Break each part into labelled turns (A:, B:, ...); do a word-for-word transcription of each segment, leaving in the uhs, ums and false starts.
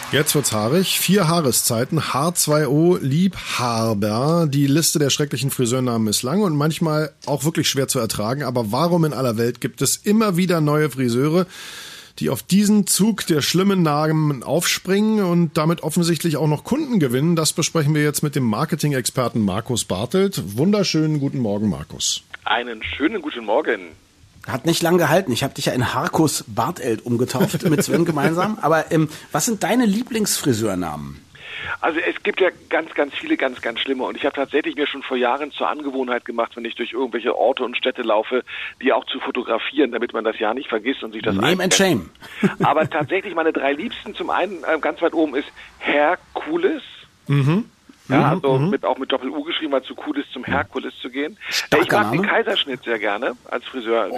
A: Jetzt wird's haarig. Vier Haareszeiten, H zwei O, Liebhaber. Die Liste der schrecklichen Friseurnamen ist lang und manchmal auch wirklich schwer zu ertragen. Aber warum in aller Welt gibt es immer wieder neue Friseure, die auf diesen Zug der schlimmen Namen aufspringen und damit offensichtlich auch noch Kunden gewinnen? Das besprechen wir jetzt mit dem Marketing-Experten Markus Bartelt. Wunderschönen guten Morgen, Markus.
B: Einen schönen guten Morgen.
C: Hat nicht lang gehalten. Ich habe dich ja in Harkus Bartelt umgetauft mit Sven gemeinsam. Aber ähm, was sind deine Lieblingsfriseurnamen?
B: Also es gibt ja ganz, ganz viele ganz, ganz schlimme. Und ich habe tatsächlich mir schon vor Jahren zur Angewohnheit gemacht, wenn ich durch irgendwelche Orte und Städte laufe, die auch zu fotografieren, damit man das ja nicht vergisst und sich das
C: Name and shame.
B: Aber tatsächlich meine drei Liebsten, zum einen äh, ganz weit oben ist Herkules. Mhm. Ja, also mhm. mit, auch mit Doppel-U geschrieben, weil es so cool ist, zum Herkules zu gehen.
C: Starker
B: ich mag
C: Name.
B: den Kaiserschnitt sehr gerne als Friseur.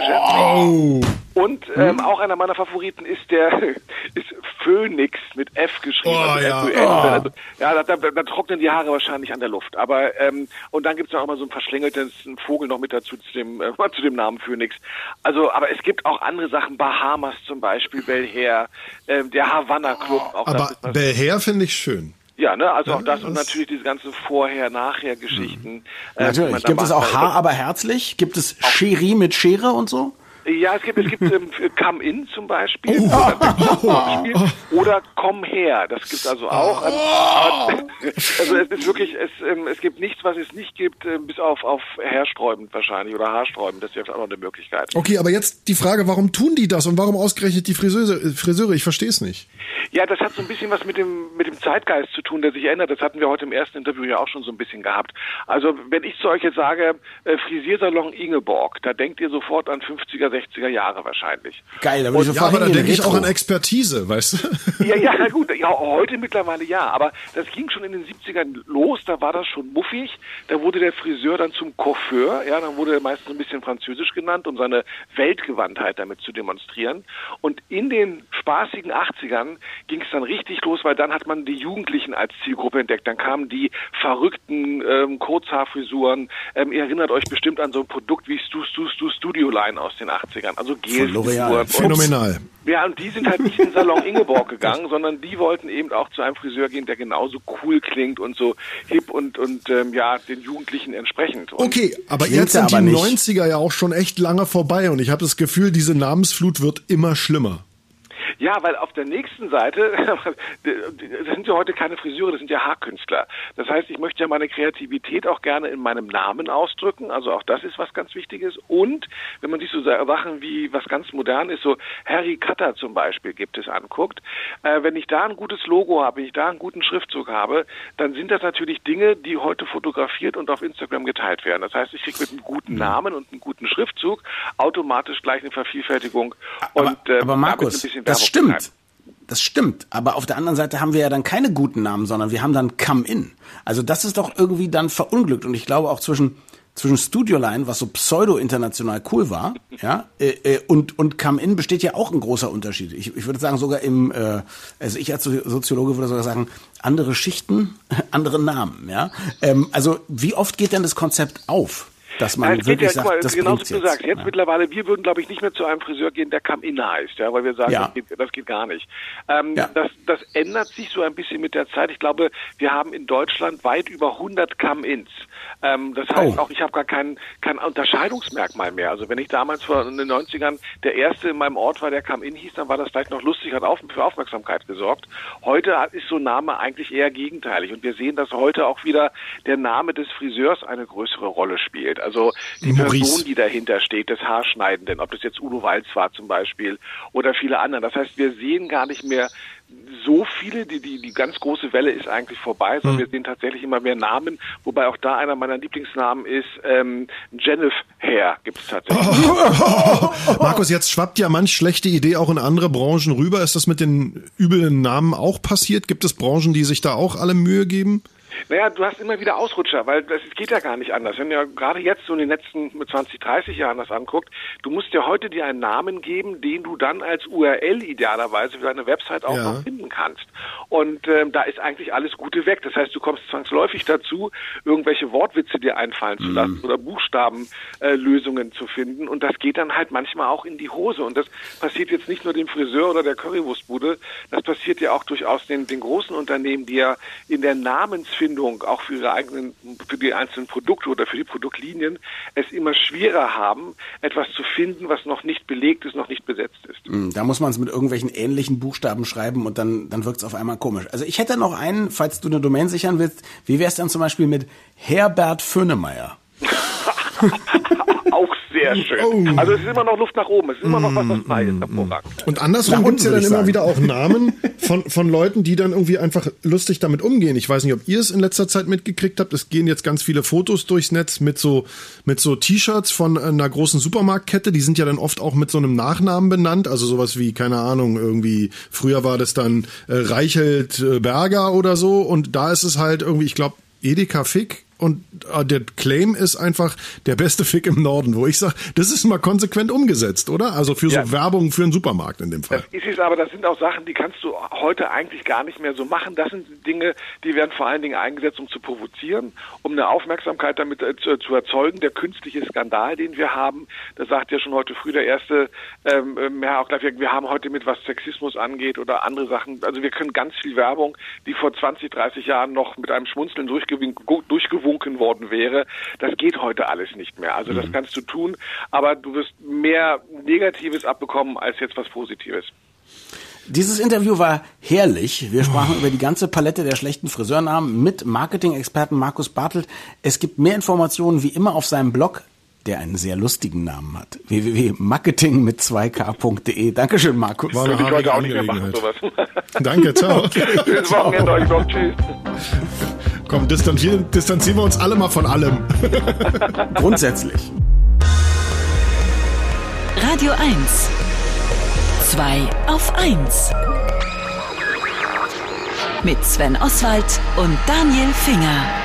A: Oh.
B: Und ähm, mhm. auch einer meiner Favoriten ist der ist Phoenix mit F geschrieben.
A: Oh,
B: also
A: ja,
B: F U N.
A: oh.
B: Also, ja, da, da, da trocknen die Haare wahrscheinlich an der Luft. Aber ähm, und dann gibt's noch mal so ein verschlängeltes Vogel noch mit dazu zu dem äh, zu dem Namen Phoenix. Also, aber es gibt auch andere Sachen, Bahamas zum Beispiel, Belher, ähm, der Havanna Club. Auch
A: aber Belher finde ich schön.
B: Ja, ne, also
A: ja,
B: auch das, das und natürlich diese ganzen Vorher-Nachher-Geschichten. Mhm.
C: Äh, natürlich. Gibt es auch Haar, aber herzlich? Gibt es Cherie mit Schere und so?
B: Ja, es gibt es gibt ähm, Come In zum Beispiel, oh. oder, zum Beispiel oder Komm her, das gibt's also auch. Oh. Also es ist wirklich, es ähm, es gibt nichts, was es nicht gibt, äh, bis auf auf haarsträubend wahrscheinlich oder haarsträubend. Das wäre auch noch eine Möglichkeit.
A: Okay, aber jetzt die Frage, warum tun die das und warum ausgerechnet die Friseure? Friseure? Ich verstehe es nicht.
B: Ja, das hat so ein bisschen was mit dem mit dem Zeitgeist zu tun, der sich ändert. Das hatten wir heute im ersten Interview ja auch schon so ein bisschen gehabt. Also wenn ich zu euch jetzt sage, äh, Frisiersalon Ingeborg, da denkt ihr sofort an fünfziger, sechziger Jahre wahrscheinlich.
C: Geil, da würde ich
A: ja,
C: sofort
A: aber da denke ich
C: Retro.
A: auch an Expertise, weißt du?
B: Ja, ja, na gut, ja, heute mittlerweile ja, aber das ging schon in den siebzigern los, da war das schon muffig, da wurde der Friseur dann zum Coiffeur, ja, dann wurde er meistens ein bisschen französisch genannt, um seine Weltgewandtheit damit zu demonstrieren. Und in den spaßigen achtzigern ging es dann richtig los, weil dann hat man die Jugendlichen als Zielgruppe entdeckt, dann kamen die verrückten ähm, Kurzhaarfrisuren, ähm, ihr erinnert euch bestimmt an so ein Produkt wie Stu Stu Stu Studio Line aus den achtzigern. Also Gel-Frisuren.
A: Phänomenal.
B: Ja, und die sind halt nicht in den Salon Ingeborg gegangen, sondern die wollten eben auch zu einem Friseur gehen, der genauso cool klingt und so hip und und ähm, ja, den Jugendlichen entsprechend. Und
A: okay, aber jetzt sind die neunziger ja auch schon echt lange vorbei und ich habe das Gefühl, diese Namensflut wird immer schlimmer.
B: Ja, weil auf der nächsten Seite, das sind ja heute keine Friseure, das sind ja Haarkünstler. Das heißt, ich möchte ja meine Kreativität auch gerne in meinem Namen ausdrücken. Also auch das ist was ganz Wichtiges. Und wenn man sich so Sachen wie was ganz modern ist, so Harry Cutter zum Beispiel gibt es anguckt, äh, wenn ich da ein gutes Logo habe, wenn ich da einen guten Schriftzug habe, dann sind das natürlich Dinge, die heute fotografiert und auf Instagram geteilt werden. Das heißt, ich kriege mit einem guten Namen und einem guten Schriftzug automatisch gleich eine Vervielfältigung.
C: Aber,
B: und äh,
C: aber Markus, ein bisschen das stimmt. Das stimmt. Aber auf der anderen Seite haben wir ja dann keine guten Namen, sondern wir haben dann Come In. Also das ist doch irgendwie dann verunglückt. Und ich glaube auch zwischen zwischen Studio Line, was so pseudo-international cool war, ja, äh, und und Come In besteht ja auch ein großer Unterschied. Ich, ich würde sagen sogar im, äh, also ich als Soziologe würde sogar sagen, andere Schichten, andere Namen, ja. Ähm, also wie oft geht denn das Konzept auf? Dass man
B: ja,
C: wirklich
B: ja,
C: sagt,
B: mal,
C: das
B: genau
C: bringt's
B: wie du
C: jetzt.
B: sagst. Jetzt
C: ja.
B: mittlerweile, wir würden, glaube ich, nicht mehr zu einem Friseur gehen, der Come-In heißt, ja, weil wir sagen,
C: ja.
B: das, geht, das geht gar nicht. Ähm,
C: ja.
B: das, das ändert sich so ein bisschen mit der Zeit. Ich glaube, wir haben in Deutschland weit über hundert Come-Ins. Ähm, das heißt
C: oh.
B: auch, ich habe gar kein, kein Unterscheidungsmerkmal mehr. Also wenn ich damals vor in den neunzigern der Erste in meinem Ort war, der Come-In hieß, dann war das vielleicht noch lustig, hat auf, für Aufmerksamkeit gesorgt. Heute ist so ein Name eigentlich eher gegenteilig. Und wir sehen, dass heute auch wieder der Name des Friseurs eine größere Rolle spielt. Also die Person, die dahinter steht, des Haarschneidenden, ob das jetzt Udo Walz war zum Beispiel oder viele andere. Das heißt, wir sehen gar nicht mehr so viele, die, die, die ganz große Welle ist eigentlich vorbei, sondern hm. wir sehen tatsächlich immer mehr Namen, wobei auch da einer meiner Lieblingsnamen ist, ähm, Jennifer Hair gibt es tatsächlich.
A: Oh, oh, oh. Markus, jetzt schwappt ja manch schlechte Idee auch in andere Branchen rüber. Ist das mit den üblen Namen auch passiert? Gibt es Branchen, die sich da auch alle Mühe geben?
B: Naja, du hast immer wieder Ausrutscher, weil das geht ja gar nicht anders. Wenn du ja gerade jetzt so in den letzten zwanzig, dreißig Jahren das anguckt, du musst ja heute dir einen Namen geben, den du dann als U R L idealerweise für deine Website auch ja. noch finden kannst. Und ähm, da ist eigentlich alles Gute weg. Das heißt, du kommst zwangsläufig dazu, irgendwelche Wortwitze dir einfallen zu lassen mhm. oder Buchstabenlösungen äh, zu finden. Und das geht dann halt manchmal auch in die Hose. Und das passiert jetzt nicht nur dem Friseur oder der Currywurstbude, das passiert ja auch durchaus den, den großen Unternehmen, die ja in der Namensfindung auch für ihre eigenen, für die einzelnen Produkte oder für die Produktlinien es immer schwerer haben, etwas zu finden, was noch nicht belegt ist, noch nicht besetzt ist.
C: Da muss man es mit irgendwelchen ähnlichen Buchstaben schreiben und dann, dann wirkt es auf einmal komisch. Also ich hätte noch einen, falls du eine Domain sichern willst, wie wäre es dann zum Beispiel mit Herbert Föhnemeyer?
B: Auch sehr schön. Oh. Also es ist immer noch Luft nach oben. Es ist immer noch was, was frei ist. Hervorragend.
A: Und andersrum gibt es ja dann immer wieder auch Namen von, von Leuten, die dann irgendwie einfach lustig damit umgehen. Ich weiß nicht, ob ihr es in letzter Zeit mitgekriegt habt. Es gehen jetzt ganz viele Fotos durchs Netz mit so, mit so T-Shirts von einer großen Supermarktkette. Die sind ja dann oft auch mit so einem Nachnamen benannt. Also sowas wie, keine Ahnung, irgendwie, früher war das dann äh, Reichelt äh, Berger oder so. Und da ist es halt irgendwie, ich glaube, Edeka Fick. Und der Claim ist einfach der beste Fick im Norden, wo ich sage, das ist mal konsequent umgesetzt, oder? Also für so ja. Werbung für einen Supermarkt in dem Fall.
B: Das ist es, aber das sind auch Sachen, die kannst du heute eigentlich gar nicht mehr so machen. Das sind Dinge, die werden vor allen Dingen eingesetzt, um zu provozieren, um eine Aufmerksamkeit damit äh, zu, zu erzeugen. Der künstliche Skandal, den wir haben, da sagt ja schon heute früh der erste, ähm, ja, auch gleich, wir haben heute mit was Sexismus angeht oder andere Sachen. Also wir können ganz viel Werbung, die vor zwanzig, dreißig Jahren noch mit einem Schmunzeln durchgewunken worden wäre, das geht heute alles nicht mehr. Also das kannst du tun, aber du wirst mehr Negatives abbekommen als jetzt was Positives.
C: Dieses Interview war herrlich. Wir sprachen oh. über die ganze Palette der schlechten Friseurnamen mit Marketing-Experten Markus Bartelt. Es gibt mehr Informationen wie immer auf seinem Blog, der einen sehr lustigen Namen hat. w w w punkt marketing mit zwei k punkt de. Dankeschön, Markus.
A: War eine Würde ich heute auch nicht mehr machen, sowas. Danke, ciao.
B: Okay, Schönes Wochenende euch noch. Tschüss.
A: Komm, distanzieren, distanzieren wir uns alle mal von allem.
C: Grundsätzlich.
D: Radio eins. zwei auf eins. Mit Sven Oswald und Daniel Finger.